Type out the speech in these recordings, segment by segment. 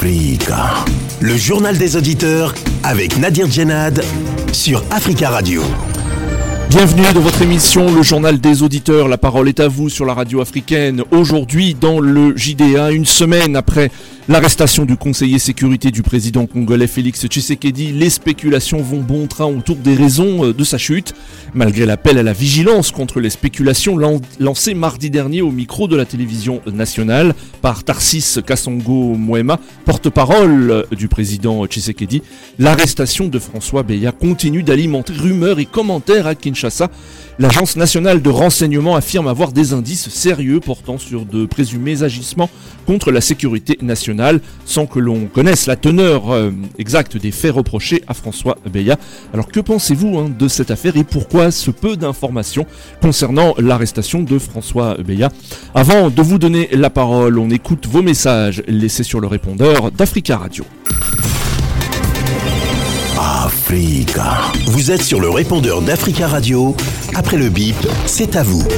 Africa. Le journal des auditeurs avec Nadir Djenad sur Africa Radio. Bienvenue dans votre émission, le journal des auditeurs. La parole est à vous sur la radio africaine. Aujourd'hui, dans le JDA, une semaine après l'arrestation du conseiller sécurité du président congolais Félix Tshisekedi, les spéculations vont bon train autour des raisons de sa chute. Malgré l'appel à la vigilance contre les spéculations lancé mardi dernier au micro de la télévision nationale par Tarsis Kasongo Moema, porte-parole du président Tshisekedi, l'arrestation de François Beya continue d'alimenter rumeurs et commentaires à Kinshasa. L'Agence nationale de renseignement affirme avoir des indices sérieux portant sur de présumés agissements contre la sécurité nationale, sans que l'on connaisse la teneur exacte des faits reprochés à François Beya. Alors que pensez-vous de cette affaire et pourquoi ce peu d'informations concernant l'arrestation de François Beya? Avant de vous donner la parole, on écoute vos messages laissés sur le répondeur d'Africa Radio. Africa. Vous êtes sur le répondeur d'Africa Radio. Après le bip, c'est à vous.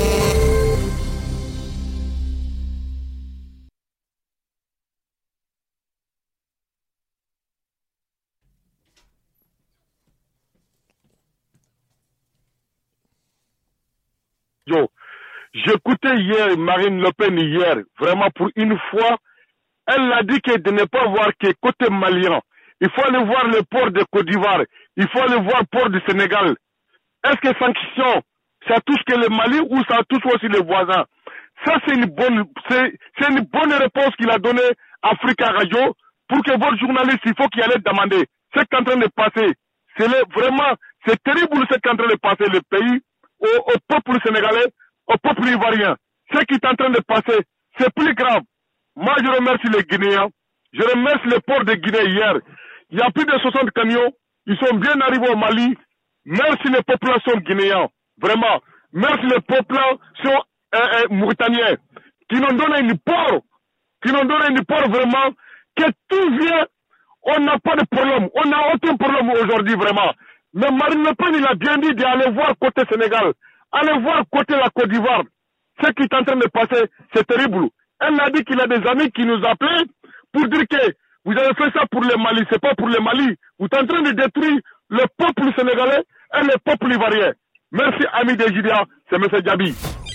J'écoutais hier Marine Le Pen vraiment pour une fois, elle a dit qu'elle de ne pas voir que côté malien. Il faut aller voir le port de Côte d'Ivoire. Il faut aller voir le port du Sénégal. Est-ce que sanctions, ça touche que le Mali ou ça touche aussi les voisins? Ça, c'est une bonne réponse qu'il a donnée à Africa Radio pour que votre journaliste, il faut qu'il allait demander. Ce qui est en train de passer, c'est terrible ce qui est en train de passer le pays au peuple sénégalais, au peuple ivoirien. Ce qui est en train de passer, c'est plus grave. Moi, je remercie les Guinéens. Je remercie le port de Guinée hier. Il y a plus de 60 camions. Ils sont bien arrivés au Mali. Merci les populations guinéennes. Vraiment. Merci les populations mauritaniennes qui nous donnent une port. Vraiment. Que tout vient. On n'a pas de problème. On n'a aucun problème aujourd'hui vraiment. Mais Marine Le Pen, il a bien dit d'aller voir côté Sénégal. Aller voir côté la Côte d'Ivoire. Ce qui est en train de passer, c'est terrible. Elle a dit qu'il a des amis qui nous appellent pour dire que vous avez fait ça pour le Mali, c'est pas pour le Mali. Vous êtes en train de détruire le peuple sénégalais et le peuple ivoirien. Merci, amis des JDA, c'est M. Djabi.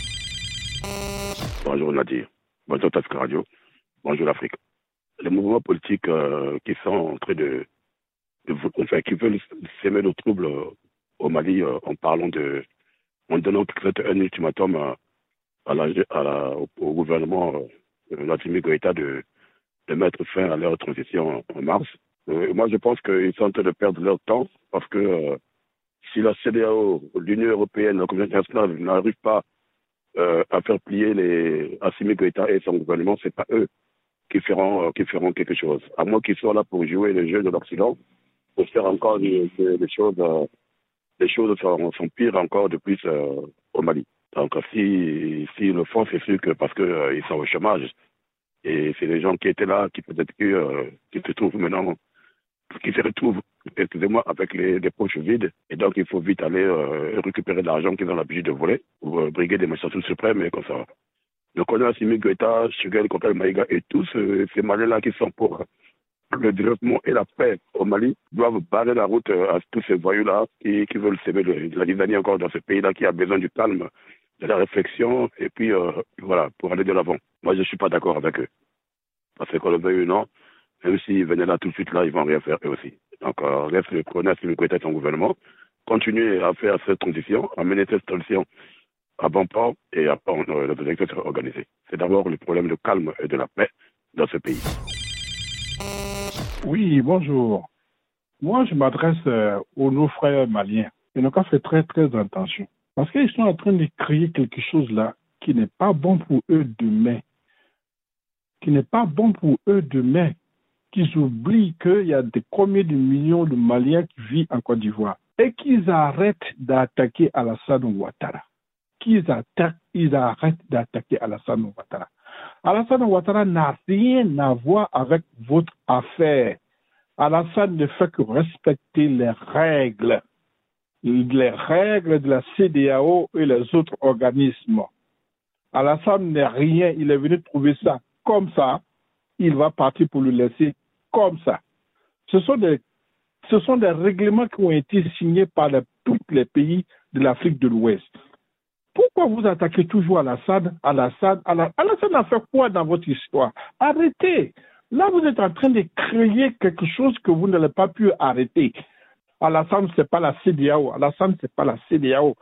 Bonjour Nadir, bonjour Africa Radio, bonjour l'Afrique. Les mouvements politiques qui sont en train qui veulent s'aimer le trouble au Mali en donnant peut-être un ultimatum au gouvernement Assimi Goïta de mettre fin à leur transition en mars. Moi, je pense qu'ils sont en train de perdre leur temps parce que si la CEDEAO, l'Union européenne, la communauté internationale n'arrivent pas à faire plier Assimi Goïta et son gouvernement, c'est pas eux qui feront quelque chose. À moins qu'ils soient là pour jouer le jeu de l'Occident, pour faire encore des choses sont pires encore de plus au Mali. Donc, si le font, c'est sûr que parce que ils sont au chômage. Et c'est les gens qui étaient là, qui peut-être qui se trouvent maintenant, qui se retrouvent, excusez-moi, avec les poches vides. Et donc, il faut vite aller récupérer de l'argent qu'ils ont l'habitude de voler, ou briguer des magistrats suprêmes et comme ça. Donc, on a Assimi Goïta, Choguel, Kokal Maïga et tous ces Maliens-là qui sont pour le développement et la paix au Mali doivent barrer la route à tous ces voyous-là qui veulent s'aimer la Lisanie encore dans ce pays-là qui a besoin du calme, de la réflexion et puis voilà, pour aller de l'avant. Moi, je ne suis pas d'accord avec eux. Parce qu'on le veuille ou non, même s'ils venaient là tout de suite, là, ils vont rien faire eux aussi. Donc, laisse le colonel Assimi Goïta et son gouvernement continuer à faire cette transition, à mener cette transition à bon port et après, les élections seront organisées. C'est d'abord le problème de calme et de la paix dans ce pays. Oui, bonjour. Moi, je m'adresse aux nos frères maliens. Ils n'ont qu'à faire très, très attention. Parce qu'ils sont en train de créer quelque chose là qui n'est pas bon pour eux demain. Qu'ils oublient qu'il y a combien de millions de Maliens qui vivent en Côte d'Ivoire. Et qu'ils arrêtent d'attaquer Alassane Ouattara. Ils arrêtent d'attaquer Alassane Ouattara. Alassane Ouattara n'a rien à voir avec votre affaire. Alassane ne fait que respecter les règles de la CEDEAO et les autres organismes. Alassane n'est rien, il est venu trouver ça comme ça il va partir pour le laisser comme ça. Ce sont des règlements qui ont été signés par tous les pays de l'Afrique de l'Ouest. Pourquoi vous attaquez toujours Alassane Alassane a fait quoi dans votre histoire? Arrêtez. Là, vous êtes en train de créer quelque chose que vous n'avez pas pu arrêter. Alassane, ce n'est pas la CEDEAO. Alassane, ce n'est pas la CEDEAO.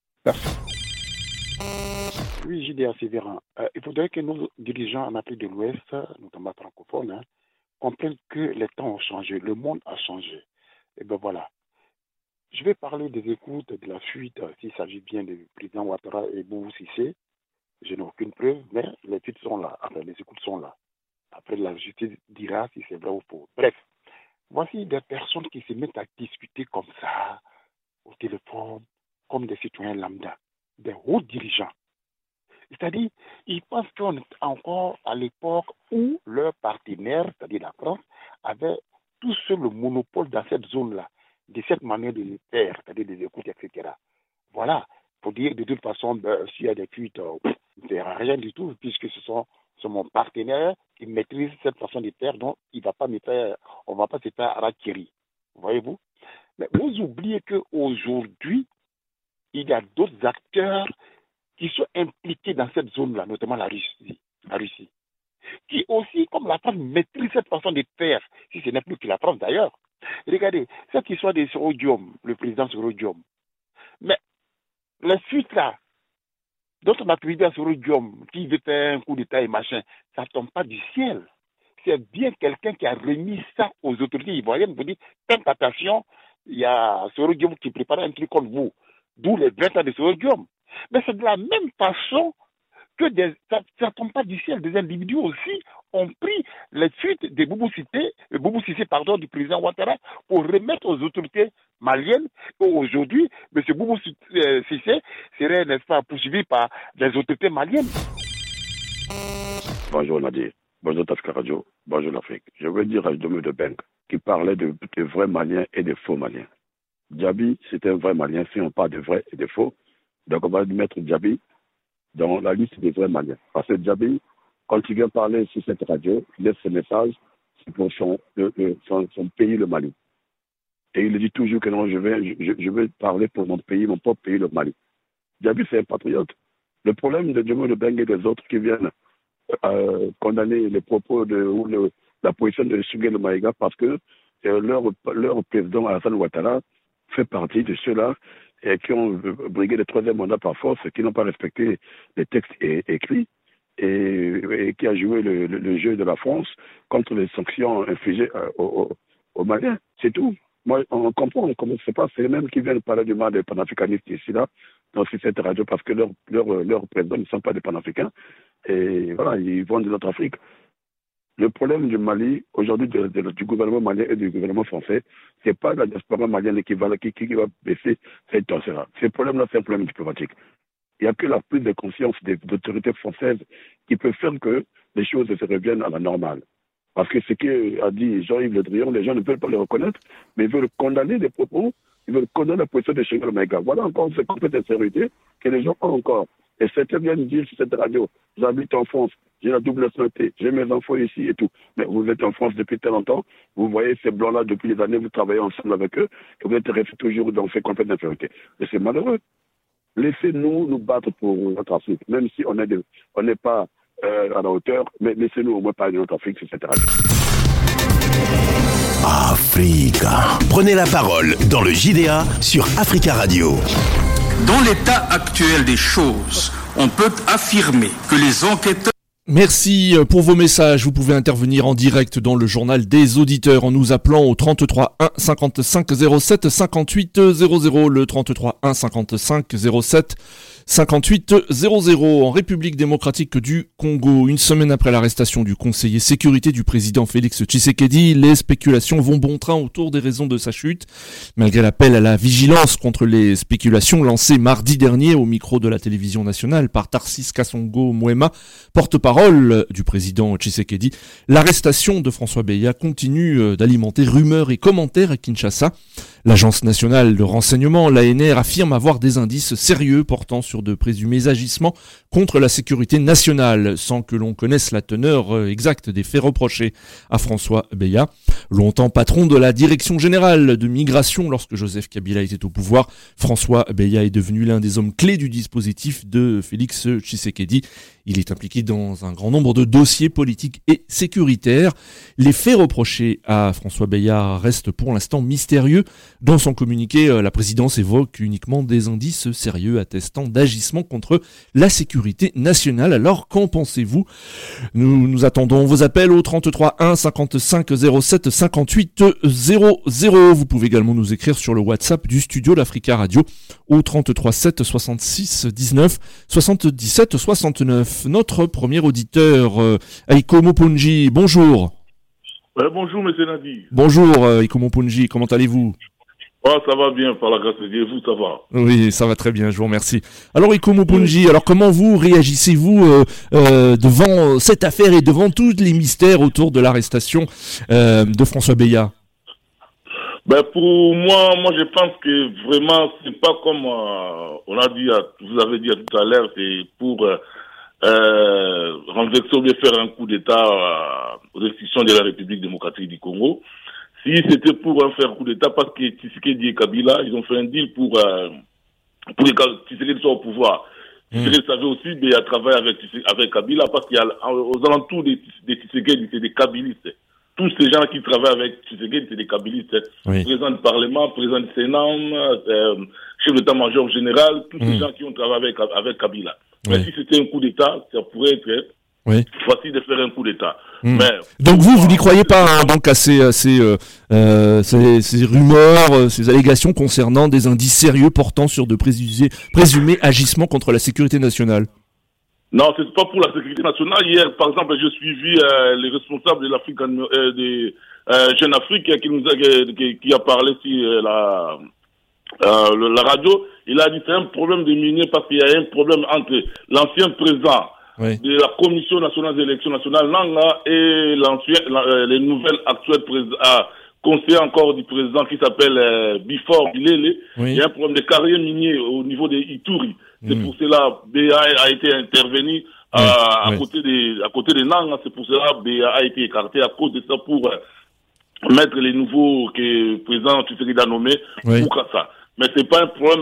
Oui, JDA Sévérin. Il faudrait que nos dirigeants en Afrique de l'Ouest, notamment francophones, comprennent que les temps ont changé, le monde a changé. Et bien voilà. Je vais parler des écoutes, de la fuite, s'il s'agit bien du président Ouattara et Boubou Cissé. Je n'ai aucune preuve, mais les fuites sont là, enfin, les écoutes sont là. Après, la justice dira si c'est vrai ou faux. Bref, voici des personnes qui se mettent à discuter comme ça, au téléphone, comme des citoyens lambda, des hauts dirigeants. C'est-à-dire, ils pensent qu'on est encore à l'époque où leurs partenaires, c'est-à-dire la France, avaient tout seul le monopole dans cette zone-là, de cette manière de le faire, c'est-à-dire des écoutes, etc. Voilà, pour dire de toute façon, s'il y a des fuites, c'est rien du tout, puisque ce sont mon partenaire qui maîtrise cette façon de faire, donc on ne va pas se faire harakiri. Voyez-vous? Mais vous oubliez qu'aujourd'hui, il y a d'autres acteurs qui sont impliqués dans cette zone-là, notamment la Russie, qui aussi, comme la France, maîtrise cette façon de faire, si ce n'est plus que la France d'ailleurs. Regardez, cette histoire de Sorodium, le président Sorodium. Mais la suite là, dont on a privé à Sorodium, qui veut faire un coup d'État et machin, ça ne tombe pas du ciel. C'est bien quelqu'un qui a remis ça aux autorités ivoiriennes. Vous dites, faites attention, il y a Sorodium qui prépare un truc comme vous. D'où les 20 ans de Sorodium. Mais c'est de la même façon que ça ne tombe pas du ciel. Des individus aussi ont pris les fuites de Boubou Cissé, du président Ouattara, pour remettre aux autorités maliennes. Aujourd'hui, M. Boubou Cissé serait, n'est-ce pas, poursuivi par les autorités maliennes. Bonjour Nadir, bonjour Africa Radio, bonjour l'Afrique. Je veux dire à Domo de Benk qui parlait de vrais Maliens et de faux Maliens. Djabi, c'est un vrai Malien, si on parle de vrai et de faux. Donc on va mettre Djabi dans la liste des vrais Maliens. Parce que Djabi, quand il vient parler sur cette radio, il laisse ce message, c'est pour son pays, le Mali. Et il dit toujours que non, je veux parler pour mon pays, mon propre pays, le Mali. Djabi, c'est un patriote. Le problème de Djomo de Beng et des autres qui viennent condamner les propos la position de Sugel Maïga parce que leur président Alassane Ouattara fait partie de ceux-là qui ont brigué le troisième mandat par force, qui n'ont pas respecté les textes écrits et qui a joué le jeu de la France contre les sanctions infligées aux Maliens. C'est tout. Moi, on comprend comment ça se passe. C'est eux-mêmes qui viennent parler du mal des panafricanistes ici, là, dans cette radio, parce que leurs présidents ne sont pas des panafricains. Et voilà, ils vont de notre Afrique. Le problème du Mali, aujourd'hui, du gouvernement malien et du gouvernement français, c'est pas la diaspora malienne qui va baisser cette tension-là. Ce problème-là, c'est un problème diplomatique. Il n'y a que la prise de conscience des autorités françaises qui peut faire que les choses se reviennent à la normale. Parce que ce qu'a dit Jean-Yves Le Drian, les gens ne veulent pas le reconnaître, mais ils veulent condamner les propos, ils veulent condamner la position de Sugel Maïga. Voilà encore cette complète insécurité que les gens ont encore. Et certains viennent dire sur cette radio, j'habite en France, j'ai la double nationalité, j'ai mes enfants ici et tout. Mais vous êtes en France depuis très longtemps, vous voyez ces blancs-là depuis des années, vous travaillez ensemble avec eux, et vous êtes restés toujours dans ces complètes infériorités. Et c'est malheureux. Laissez-nous nous battre pour notre Afrique, même si on n'est pas à la hauteur, mais laissez-nous au moins parler de notre Afrique sur cette radio. Africa. Prenez la parole dans le JDA sur Africa Radio. Dans l'état actuel des choses, on peut affirmer que les enquêteurs... Merci pour vos messages. Vous pouvez intervenir en direct dans le journal des auditeurs en nous appelant au 33 1 55 07 58 00, le 33 1 55 07 58 00. En République démocratique du Congo, une semaine après l'arrestation du conseiller sécurité du président Félix Tshisekedi, les spéculations vont bon train autour des raisons de sa chute. Malgré l'appel à la vigilance contre les spéculations lancé mardi dernier au micro de la télévision nationale par Tarsis Kasongo Moema, porte-parole du président Tshisekedi, l'arrestation de François Beya continue d'alimenter rumeurs et commentaires à Kinshasa. L'Agence nationale de renseignement, l'ANR, affirme avoir des indices sérieux portant sur de présumés agissements contre la sécurité nationale, sans que l'on connaisse la teneur exacte des faits reprochés à François Beya. Longtemps patron de la direction générale de migration lorsque Joseph Kabila était au pouvoir, François Beya est devenu l'un des hommes clés du dispositif de Félix Tshisekedi. Il est impliqué dans un grand nombre de dossiers politiques et sécuritaires. Les faits reprochés à François Beya restent pour l'instant mystérieux. Dans son communiqué, la présidence évoque uniquement des indices sérieux attestant d'agissements contre la sécurité nationale. Alors, qu'en pensez-vous ? Nous attendons vos appels au 33 1 55 07 58 00. Vous pouvez également nous écrire sur le WhatsApp du studio d'Africa Radio au 33 7 66 19 77 69. Notre premier auditeur, Aiko Mopunji, bonjour. Bonjour, monsieur Nadi. Bonjour, Aiko Mopunji, comment allez-vous ? Ça va bien, par la grâce de Dieu, vous, ça va ? Oui, ça va très bien, je vous remercie. Alors, Aiko Mopunji, alors comment vous réagissez-vous devant cette affaire et devant tous les mystères autour de l'arrestation de François Beya ? Pour moi, je pense que vraiment, c'est pas comme on a dit, vous avez dit tout à l'heure, c'est pour renverser ou bien faire un coup d'État aux institutions de la République démocratique du Congo. Si c'était pour faire un coup d'État, parce que Tshisekedi et Kabila, ils ont fait un deal pour que Tshisekedi soit au pouvoir. Tshisekedi savait aussi, mais à travailler avec Kabila, parce qu'il y a aux alentours des Tshisekedi, c'est des Kabilistes. Tous ces gens qui travaillent avec Tshisekedi, c'est des Kabilistes. Oui. Président du Parlement, président du Sénat, chef d'état-major général, tous ces gens qui ont travaillé avec Kabila. Oui. Mais si c'était un coup d'État, ça pourrait être facile de faire un coup d'État. Mais, donc vous n'y croyez pas donc à ces rumeurs, ces allégations concernant des indices sérieux portant sur de présumés agissements contre la sécurité nationale? Non, c'est pas pour la sécurité nationale. Hier, par exemple, j'ai suivi les responsables de l'Afrique, des Jeune Afrique, qui a parlé sur la radio. Il a dit c'est un problème de minier parce qu'il y a un problème entre l'ancien président de la Commission nationale des élections nationales, Nanga, et les nouvelles actuelles conseillers encore du président qui s'appelle Bifor Bilele. Il y a un problème de carrière minier au niveau des Ituri. C'est pour cela BA a été intervenu à côté des Nanga. C'est pour cela BA a été écarté à cause de ça pour mettre les nouveaux que le président Tshisekedi a nommés pour ça. Mais c'est pas un problème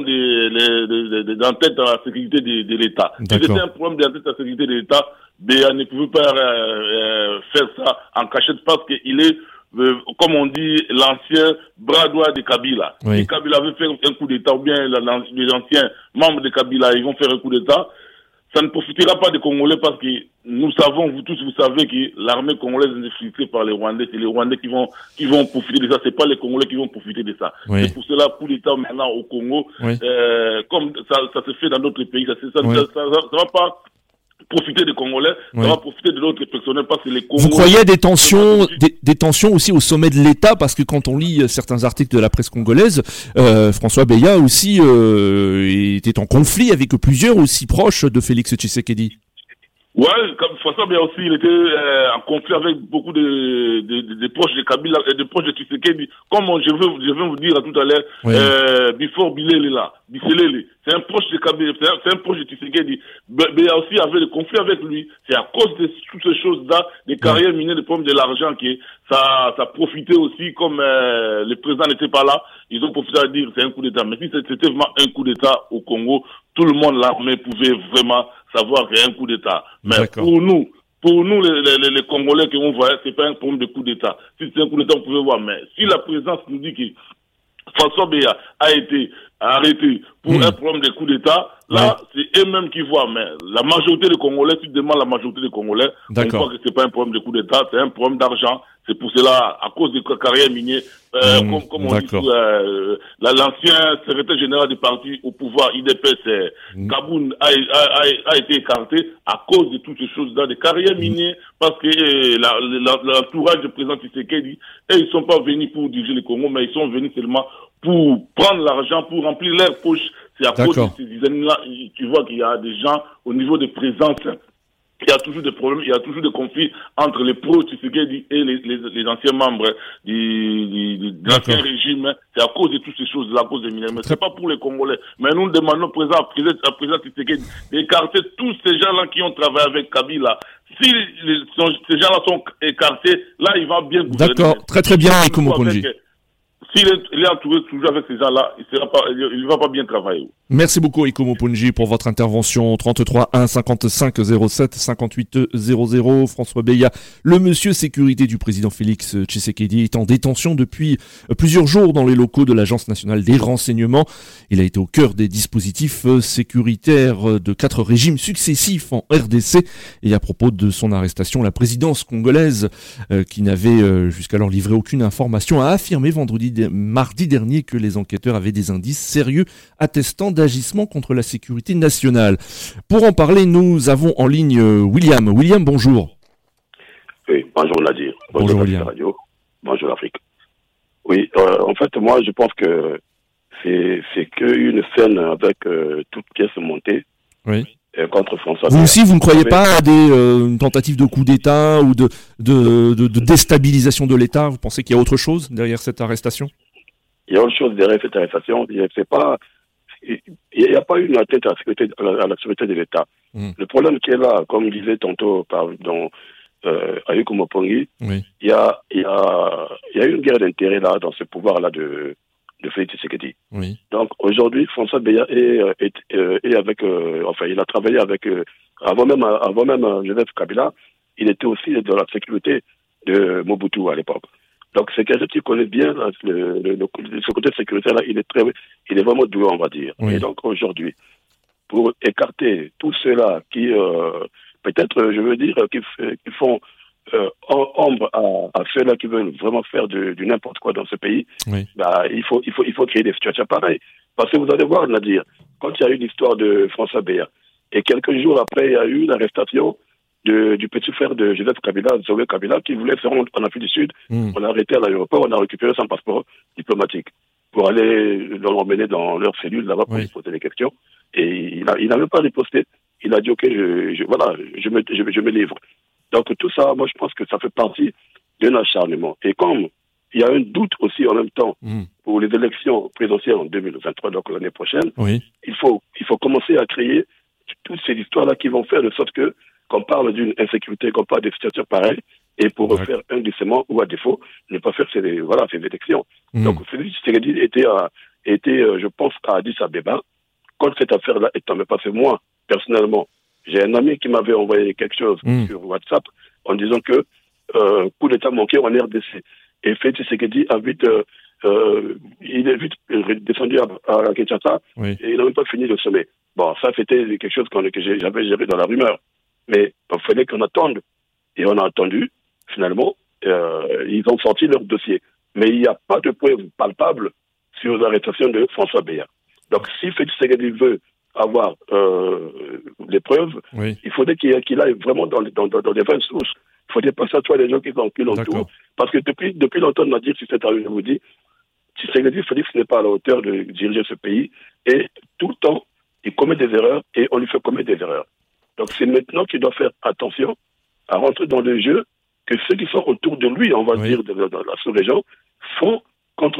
d'entête à la sécurité de l'État. Si c'était un problème d'entête à la sécurité de l'État, BA ne pouvait pas faire ça en cachette parce qu'il est, comme on dit, l'ancien bras droit de Kabila. Si Kabila veut faire un coup d'État, ou bien les anciens membres de Kabila, ils vont faire un coup d'État, ça ne profitera pas des Congolais parce que nous savons, vous tous, vous savez que l'armée congolaise est infiltrée par les Rwandais. C'est les Rwandais qui vont profiter de ça. C'est pas les Congolais qui vont profiter de ça. C'est pour cela, coup d'État maintenant au Congo, comme ça se fait dans d'autres pays, ça va pas profiter des Congolais, ça va profiter de l'autre personnel parce que les Congolais... Vous croyez des tensions aussi au sommet de l'État, parce que quand on lit certains articles de la presse congolaise, François Beya aussi était en conflit avec plusieurs aussi proches de Félix Tshisekedi. Ouais, comme François Beya aussi, il était en conflit avec beaucoup de proches de Kabila et de proches de Tshisekedi. Comme je vais vous dire tout à l'heure, Bifor Bilele là, Biselele, c'est un proche de Kabila, c'est un proche de Tshisekedi. Beya aussi avait des conflits avec lui. C'est à cause de toutes ces choses-là, des carrières minières, des problèmes de l'argent, que ça profitait aussi, comme le président n'était pas là, ils ont profité à dire c'est un coup d'État. Mais si c'était vraiment un coup d'État au Congo, tout le monde, l'armée pouvait vraiment savoir qu'il y a un coup d'État. Mais pour nous, les Congolais qui vont voir, c'est pas un problème de coup d'État. Si c'est un coup d'État, on pouvait voir. Mais si la présidence nous dit que François Beya a été arrêté pour un problème de coup d'État, là, c'est eux-mêmes qui voient. Mais la majorité des Congolais, si tu demandes la majorité des Congolais, on croit que c'est pas un problème de coup d'État, c'est un problème d'argent. C'est pour cela, à cause de carrière minière, comme on dit, l'ancien secrétaire général du parti au pouvoir, IDPS, Kaboun, a été écarté à cause de toutes ces choses-là, des carrières minières, parce que l'entourage du président Tshisekedi, ils sont pas venus pour diriger le Congo, mais ils sont venus seulement pour prendre l'argent, pour remplir leurs poches. C'est à cause de ces dizaines-là, tu vois qu'il y a des gens au niveau de présence il y a toujours des problèmes, il y a toujours des conflits entre les pro-Tshisekedi et les anciens membres de l'ancien régime. C'est à cause de toutes ces choses, à cause des mineurs. Mais c'est pas pour les Congolais. Mais nous demandons à président Tshisekedi d'écarter tous ces gens-là qui ont travaillé avec Kabila. Si ces gens-là sont écartés, là, il va bien gouverner. D'accord, très bien, Ikomo Ponji. S'il est entouré toujours avec ces gens-là, il ne va pas bien travailler. Merci beaucoup, Ikomo Ponji, pour votre intervention. 33 1 55 07 58 00. François Beya, le monsieur sécurité du président Félix Tshisekedi, est en détention depuis plusieurs jours dans les locaux de l'Agence nationale des renseignements. Il a été au cœur des dispositifs sécuritaires de 4 régimes successifs en RDC. Et à propos de son arrestation, la présidence congolaise, qui n'avait jusqu'alors livré aucune information, a affirmé mardi dernier que les enquêteurs avaient des indices sérieux attestant d'agissement contre la sécurité nationale. Pour en parler, nous avons en ligne William. William, bonjour. Oui, bonjour Nadir. Bonjour William. Radio. Bonjour Afrique. Oui, en fait, moi, je pense que c'est qu'une scène avec toute pièce montée. Oui. Contre François. Vous aussi, vous ne croyez pas à une tentative de coup d'État ou de déstabilisation de l'État? Vous pensez qu'il y a autre chose derrière cette arrestation? Il y a autre chose derrière cette arrestation. Il n'y a pas eu une atteinte à la sécurité de l'État. Le problème qui est là, comme disait tantôt Ayuko Mopongi, il y a une guerre d'intérêt là dans ce pouvoir-là de Félix Tshisekedi. Oui. Donc aujourd'hui, François Beya est avec, il a travaillé avec avant même Joseph Kabila, il était aussi dans la sécurité de Mobutu à l'époque. Donc c'est quelqu'un qui connaît bien ce côté sécuritaire là, il est vraiment doué, on va dire. Oui. Et donc aujourd'hui, pour écarter tous ceux-là qui peut-être, je veux dire, qui font ombre à ceux-là qui veulent vraiment faire du n'importe quoi dans ce pays, oui. Il faut créer des situations pareilles. Parce que vous allez voir, Nadir, quand il y a eu l'histoire de François Beya, et quelques jours après, il y a eu l'arrestation du petit frère de Joseph Kabila, Zoé Kabila, qui voulait se rendre en Afrique du Sud. On l'a arrêté à l'aéroport, on a récupéré son passeport diplomatique pour aller l'emmener dans leur cellule là-bas pour lui poser des questions. Et il n'a même pas riposté. Il a dit, OK, je me livre. Donc tout ça, moi je pense que ça fait partie d'un acharnement. Et comme il y a un doute aussi en même temps pour les élections présidentielles en 2023, donc l'année prochaine, il faut commencer à créer toutes ces histoires-là qui vont faire de sorte qu'on parle d'une insécurité, qu'on parle de situations pareilles, et pour refaire un glissement ou à défaut, ne pas faire ces élections. Donc Félix Tshisekedi était, je pense, à Addis Abeba quand cette affaire-là est tombée. Parce que moi, personnellement, j'ai un ami qui m'avait envoyé quelque chose sur WhatsApp en disant que coup d'État manqué en RDC. Et Félix Tshisekedi il est vite descendu à Kinshasa et il n'a même pas fini le sommet. Bon, ça c'était quelque chose que j'avais géré dans la rumeur. Mais il fallait qu'on attende. Et on a attendu, finalement, ils ont sorti leur dossier. Mais il n'y a pas de preuves palpables sur l'arrestation de François Beya. Donc si Félix Tshisekedi veut avoir des preuves, il faudrait qu'il aille vraiment dans les vraies sources. Il faudrait pas que ça soit les gens qui l'entourent. Parce que depuis longtemps, on a dit, si c'est à je vous dis, Tshisekedi, Félix n'est pas à la hauteur de diriger ce pays. Et tout le temps, il commet des erreurs et on lui fait commettre des erreurs. Donc c'est maintenant qu'il doit faire attention à rentrer dans le jeu que ceux qui sont autour de lui, on va dire, de la sous-région, font contre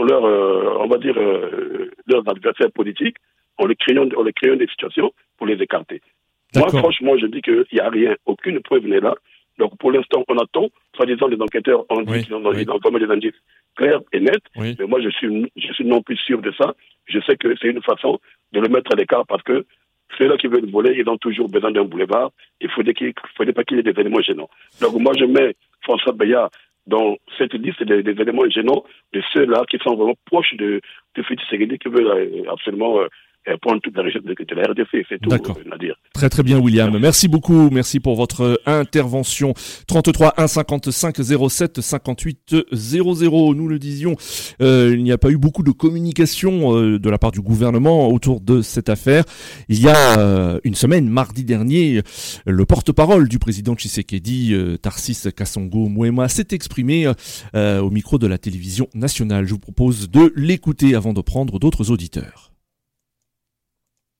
leurs adversaires politiques en les créant des situations pour les écarter. Moi, franchement, je dis qu'il n'y a rien, aucune preuve n'est là. Donc, pour l'instant, on attend. Soi-disant, les enquêteurs ont dit qu'ils ont formé des indices clairs et nets. Mais moi, je suis non plus sûr de ça. Je sais que c'est une façon de le mettre à l'écart parce que ceux-là qui veulent voler, ils ont toujours besoin d'un boulevard. Il faudrait pas qu'il y ait des éléments gênants. Donc, moi, je mets François Beya dans cette liste des éléments gênants de ceux-là qui sont vraiment proches de Félix Tshisekedi qui veulent absolument prendre toute la région de la RDC, c'est tout, Nadir. Très très bien, William. Merci beaucoup, merci pour votre intervention. 33 1 55 07 58 00. Nous le disions, il n'y a pas eu beaucoup de communication de la part du gouvernement autour de cette affaire. Il y a une semaine, mardi dernier, le porte-parole du président Tshisekedi, Tarcisse Kasongo Moema, s'est exprimé au micro de la télévision nationale. Je vous propose de l'écouter avant de prendre d'autres auditeurs.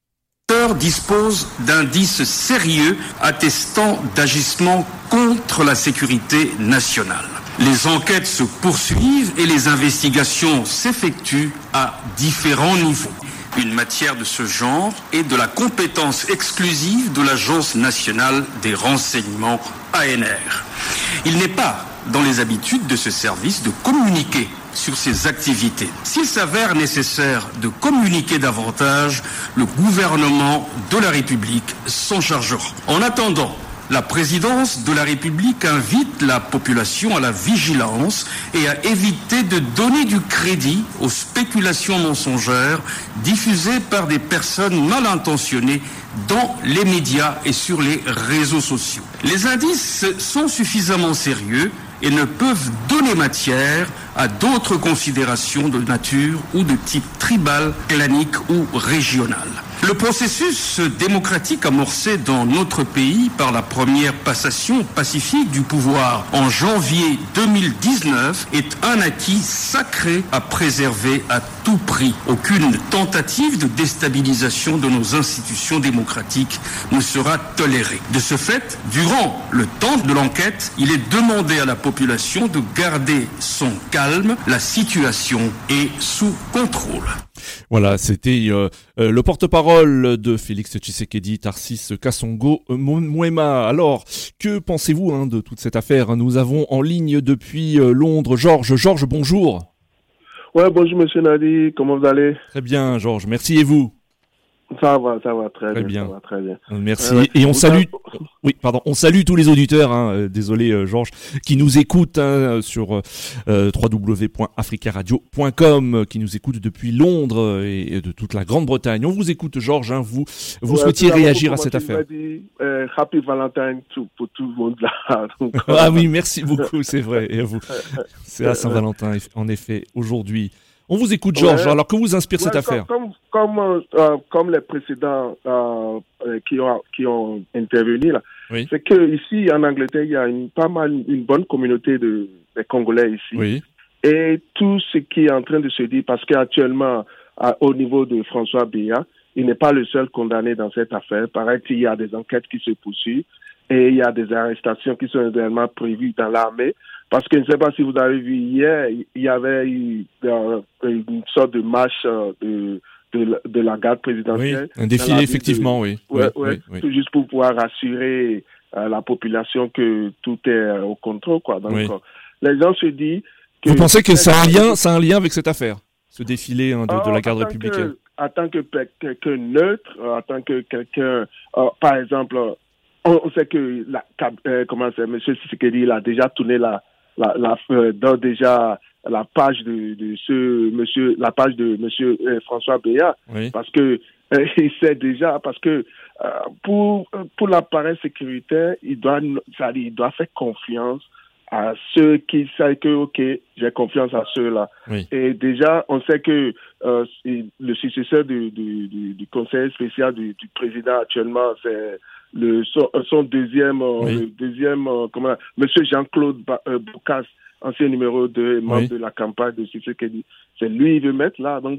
dispose d'indices sérieux attestant d'agissements contre la sécurité nationale. Les enquêtes se poursuivent et les investigations s'effectuent à différents niveaux. Une matière de ce genre est de la compétence exclusive de l'Agence nationale des renseignements ANR. Il n'est pas dans les habitudes de ce service de communiquer sur ses activités. S'il s'avère nécessaire de communiquer davantage, le gouvernement de la République s'en chargera. En attendant, la présidence de la République invite la population à la vigilance et à éviter de donner du crédit aux spéculations mensongères diffusées par des personnes mal intentionnées dans les médias et sur les réseaux sociaux. Les indices sont suffisamment sérieux et ne peuvent donner matière à d'autres considérations de nature ou de type tribal, clanique ou régional. Le processus démocratique amorcé dans notre pays par la première passation pacifique du pouvoir en janvier 2019 est un acquis sacré à préserver à tout prix. Aucune tentative de déstabilisation de nos institutions démocratiques ne sera tolérée. De ce fait, durant le temps de l'enquête, il est demandé à la population de garder son calme. La situation est sous contrôle. Voilà, c'était le porte-parole de Félix Tshisekedi, Tarsis Kasongo Moema. Alors, que pensez-vous de toute cette affaire ? Nous avons en ligne depuis Londres Georges. Georges, bonjour. Ouais, bonjour Monsieur Nadi, comment vous allez ? Très bien, Georges. Merci, et vous ? Ça va très bien. Ça va très bien. Merci. Et on salue. Oui, pardon. On salue tous les auditeurs. Désolé, Georges, qui nous écoutent sur www.africaradio.com, qui nous écoutent depuis Londres et de toute la Grande-Bretagne. On vous écoute, Georges. Vous souhaitiez réagir à cette affaire. Happy Valentine pour tout le monde là. Donc, ah oui, merci beaucoup. C'est vrai. Et vous, c'est à Saint-Valentin, en effet, aujourd'hui. On vous écoute, Georges. Alors, que vous inspire cette affaire ? Comme les précédents qui ont intervenu là, oui. C'est que ici en Angleterre, il y a une bonne communauté des Congolais ici. Oui. Et tout ce qui est en train de se dire, parce qu'actuellement, au niveau de François Béat, il n'est pas le seul condamné dans cette affaire. Pareil qu'il y a des enquêtes qui se poursuivent et il y a des arrestations qui sont réellement prévues dans l'armée. Parce que je ne sais pas si vous avez vu hier, il y avait eu une sorte de marche de la garde présidentielle. Oui, un défilé, effectivement, oui. Oui. Tout juste pour pouvoir rassurer la population que tout est au contrôle, quoi. Donc, les gens se disent que... Vous pensez que ça a un lien avec cette affaire, ce défilé de la garde républicaine? En tant que quelqu'un neutre, en tant que quelqu'un... par exemple, on sait que M. Tshisekedi, il a déjà tourné dans déjà la page de ce monsieur, la page de monsieur François Béat, parce que il sait déjà, parce que pour l'appareil sécuritaire, il doit faire confiance à ceux qui savent que ok, j'ai confiance à ceux-là. Et déjà, on sait que le successeur du conseiller spécial du président actuellement, c'est son deuxième, Monsieur Jean-Claude Boukas, ancien numéro 2, membre de la campagne de Tshisekedi. C'est lui qui veut mettre là. Donc,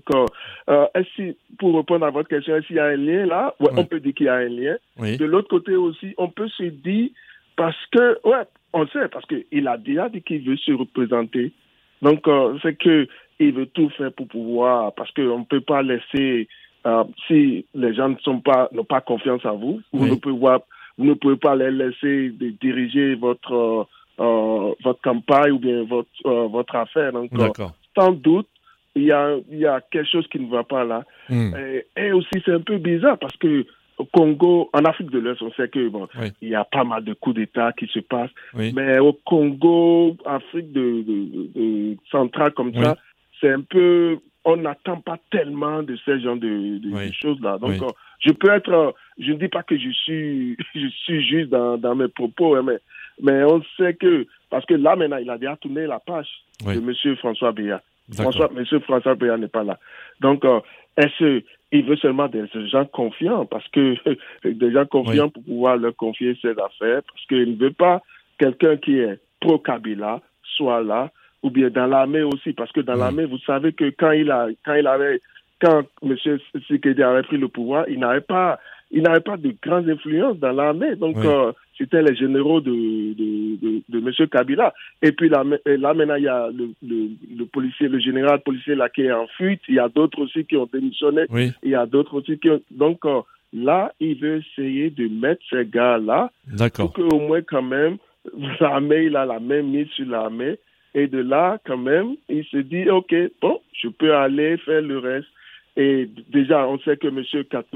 pour répondre à votre question, est-ce qu'il y a un lien là? On peut dire qu'il y a un lien. De l'autre côté aussi, on peut se dire, parce que, on sait, parce qu'il a déjà dit qu'il veut se représenter. Donc, c'est qu'il veut tout faire pour pouvoir, parce qu'on ne peut pas laisser... si les gens n'ont pas confiance en vous, vous ne pouvez pas les laisser diriger votre campagne ou bien votre affaire. Donc, sans doute, il y a quelque chose qui ne va pas là. Et aussi, c'est un peu bizarre parce que au Congo, en Afrique de l'Ouest, on sait que il y a pas mal de coups d'État qui se passent. Mais au Congo, Afrique de centrale comme ça, c'est un peu... On n'attend pas tellement de ces genres de choses-là. Donc, je ne dis pas que je suis juste dans mes propos, mais on sait que, parce que là, maintenant, il a déjà tourné la page de M. François Béat. M. François Béat n'est pas là. Donc, est-ce qu'il veut seulement des gens confiants, parce que des gens confiants pour pouvoir leur confier ses affaires, parce qu'il ne veut pas quelqu'un qui est pro-Kabila soit là, ou bien dans l'armée aussi, parce que dans l'armée, vous savez que quand il avait quand M. Tshisekedi avait pris le pouvoir, il n'avait pas de grandes influences dans l'armée. Donc, c'était les généraux de M. Kabila. Et puis là, maintenant, il y a le policier, le général policier là qui est en fuite. Il y a d'autres aussi qui ont démissionné. Oui. Il y a d'autres aussi qui ont... Donc, là, il veut essayer de mettre ces gars-là. D'accord. Pour qu'au moins, quand même, l'armée, il a la même mise sur l'armée. Et de là, quand même, il se dit, OK, bon, je peux aller faire le reste. Et déjà, on sait que M.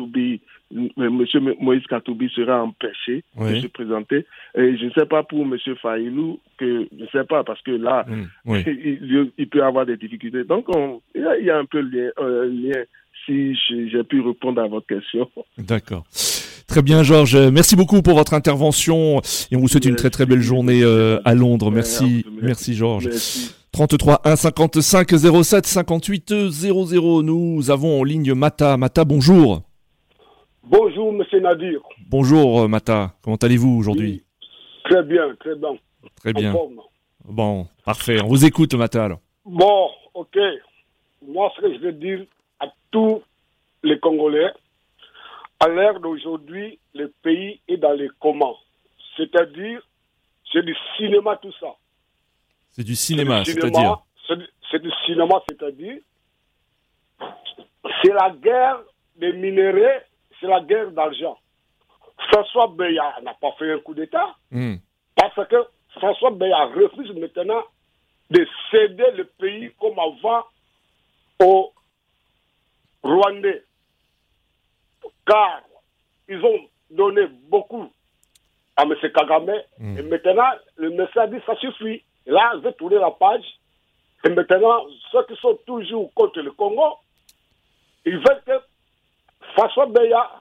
Moïse Katoubi sera empêché de se présenter. Et je ne sais pas pour M. Fayilou, je ne sais pas, parce que là, il peut avoir des difficultés. Donc, il y a un peu lien, si j'ai pu répondre à votre question. D'accord. Très bien, Georges. Merci beaucoup pour votre intervention et on vous souhaite une très très belle journée à Londres. Merci, Georges. Merci. 33 1 55 07 58 00. Nous avons en ligne Mata. Mata, bonjour. Bonjour, monsieur Nadir. Bonjour, Mata. Comment allez-vous aujourd'hui? Très bien, très bien. Très bien. Bon, parfait. On vous écoute, Mata, alors. Bon, ok. Moi, ce que je veux dire à tous les Congolais, à l'ère d'aujourd'hui, le pays est dans les commandes. C'est-à-dire, c'est du cinéma, tout ça. C'est du cinéma, c'est-à-dire c'est du cinéma, c'est-à-dire c'est la guerre des minéraux, c'est la guerre d'argent. François Beya n'a pas fait un coup d'État parce que François Beya refuse maintenant de céder le pays comme avant aux Rwandais. Car ils ont donné beaucoup à M. Kagame et maintenant le monsieur a dit ça suffit. Et là, je vais tourner la page. Et maintenant, ceux qui sont toujours contre le Congo, ils veulent que François Beya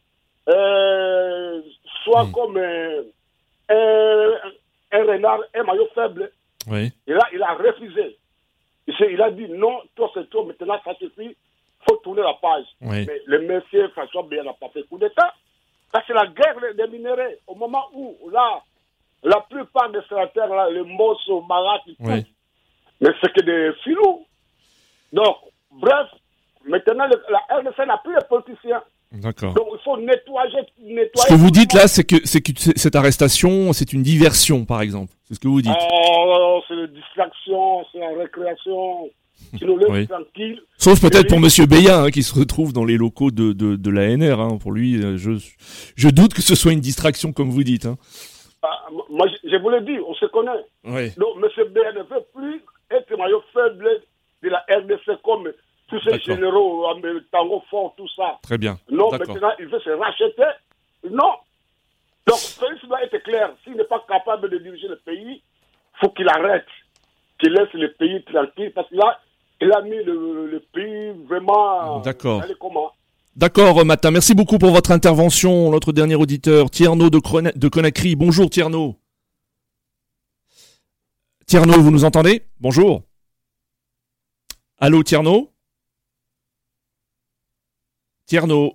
soit comme un renard, un maillot faible. Oui. Et là, il a refusé. Il a dit non, toi c'est toi, maintenant ça suffit, il faut tourner la page. Oui. Mais le monsieur François Beya n'a pas fait coup d'État. Ça, c'est la guerre des minéraux. Au moment où, là, la plupart des sénateurs, là, les Mosso, Marat, mais c'est que des filous. Donc, bref, maintenant, la RDC n'a plus de politiciens. D'accord. Donc, il faut nettoyer. Ce que vous dites là, c'est que cette arrestation, c'est une diversion, par exemple. C'est ce que vous dites. Oh, c'est une distraction, c'est la récréation. Qui nous laisse tranquille. Sauf peut-être pour Monsieur Beya, qui se retrouve dans les locaux de l'ANR. Hein. Pour lui, je doute que ce soit une distraction, comme vous dites. Hein. Moi, je vous l'ai dit, on se connaît. Oui. Donc, M. Beya ne veut plus être maillot faible de la RDC comme tous ces généraux, Tango Fort, tout ça. Très bien. Non, maintenant, il veut se racheter. Non. Donc, Félix doit être clair. S'il n'est pas capable de diriger le pays, il faut qu'il arrête. Qu'il laisse le pays tranquille. Parce que là, il a mis le pays vraiment... D'accord. Comment? D'accord, Matin. Merci beaucoup pour votre intervention. Notre dernier auditeur, Tierno de Conakry. Bonjour, Tierno. Tierno, vous nous entendez? Bonjour. Allô, Tierno? Tierno.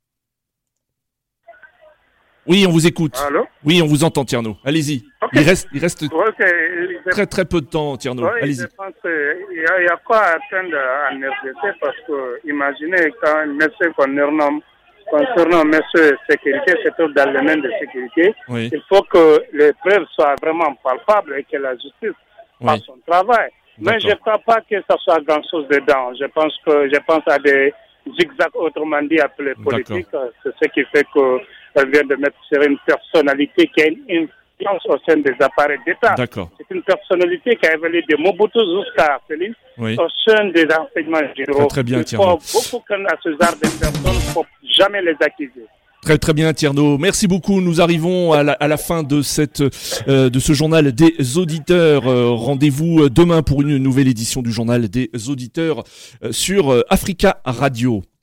Oui, on vous écoute. Allô? Oui, on vous entend, Tierno. Allez-y. Okay. Il reste très très peu de temps, Tierno. Oui, allez-y. Je pense qu'il y a quoi à attendre en RDC parce que, imaginez quand un monsieur qu'on nomme concernant monsieur sécurité, se trouve dans le domaine de sécurité, il faut que les preuves soient vraiment palpables et que la justice fasse son travail. Mais je ne crois pas que ça soit grand-chose dedans. Je pense à des zigzags, autrement dit, appelés politiques. C'est ce qui fait qu'elle vient de mettre sur une personnalité qui a une influence au sein des appareils d'État. C'est une personnalité qui a évolué de Mobutu jusqu'à Félix au sein des renseignements généraux. Très bien, il faut beaucoup à ce genre de personnes, il ne faut jamais les accuser. Très très bien, Tierno. Merci beaucoup. Nous arrivons à la fin de ce journal des auditeurs. Rendez-vous demain pour une nouvelle édition du journal des auditeurs sur Africa Radio.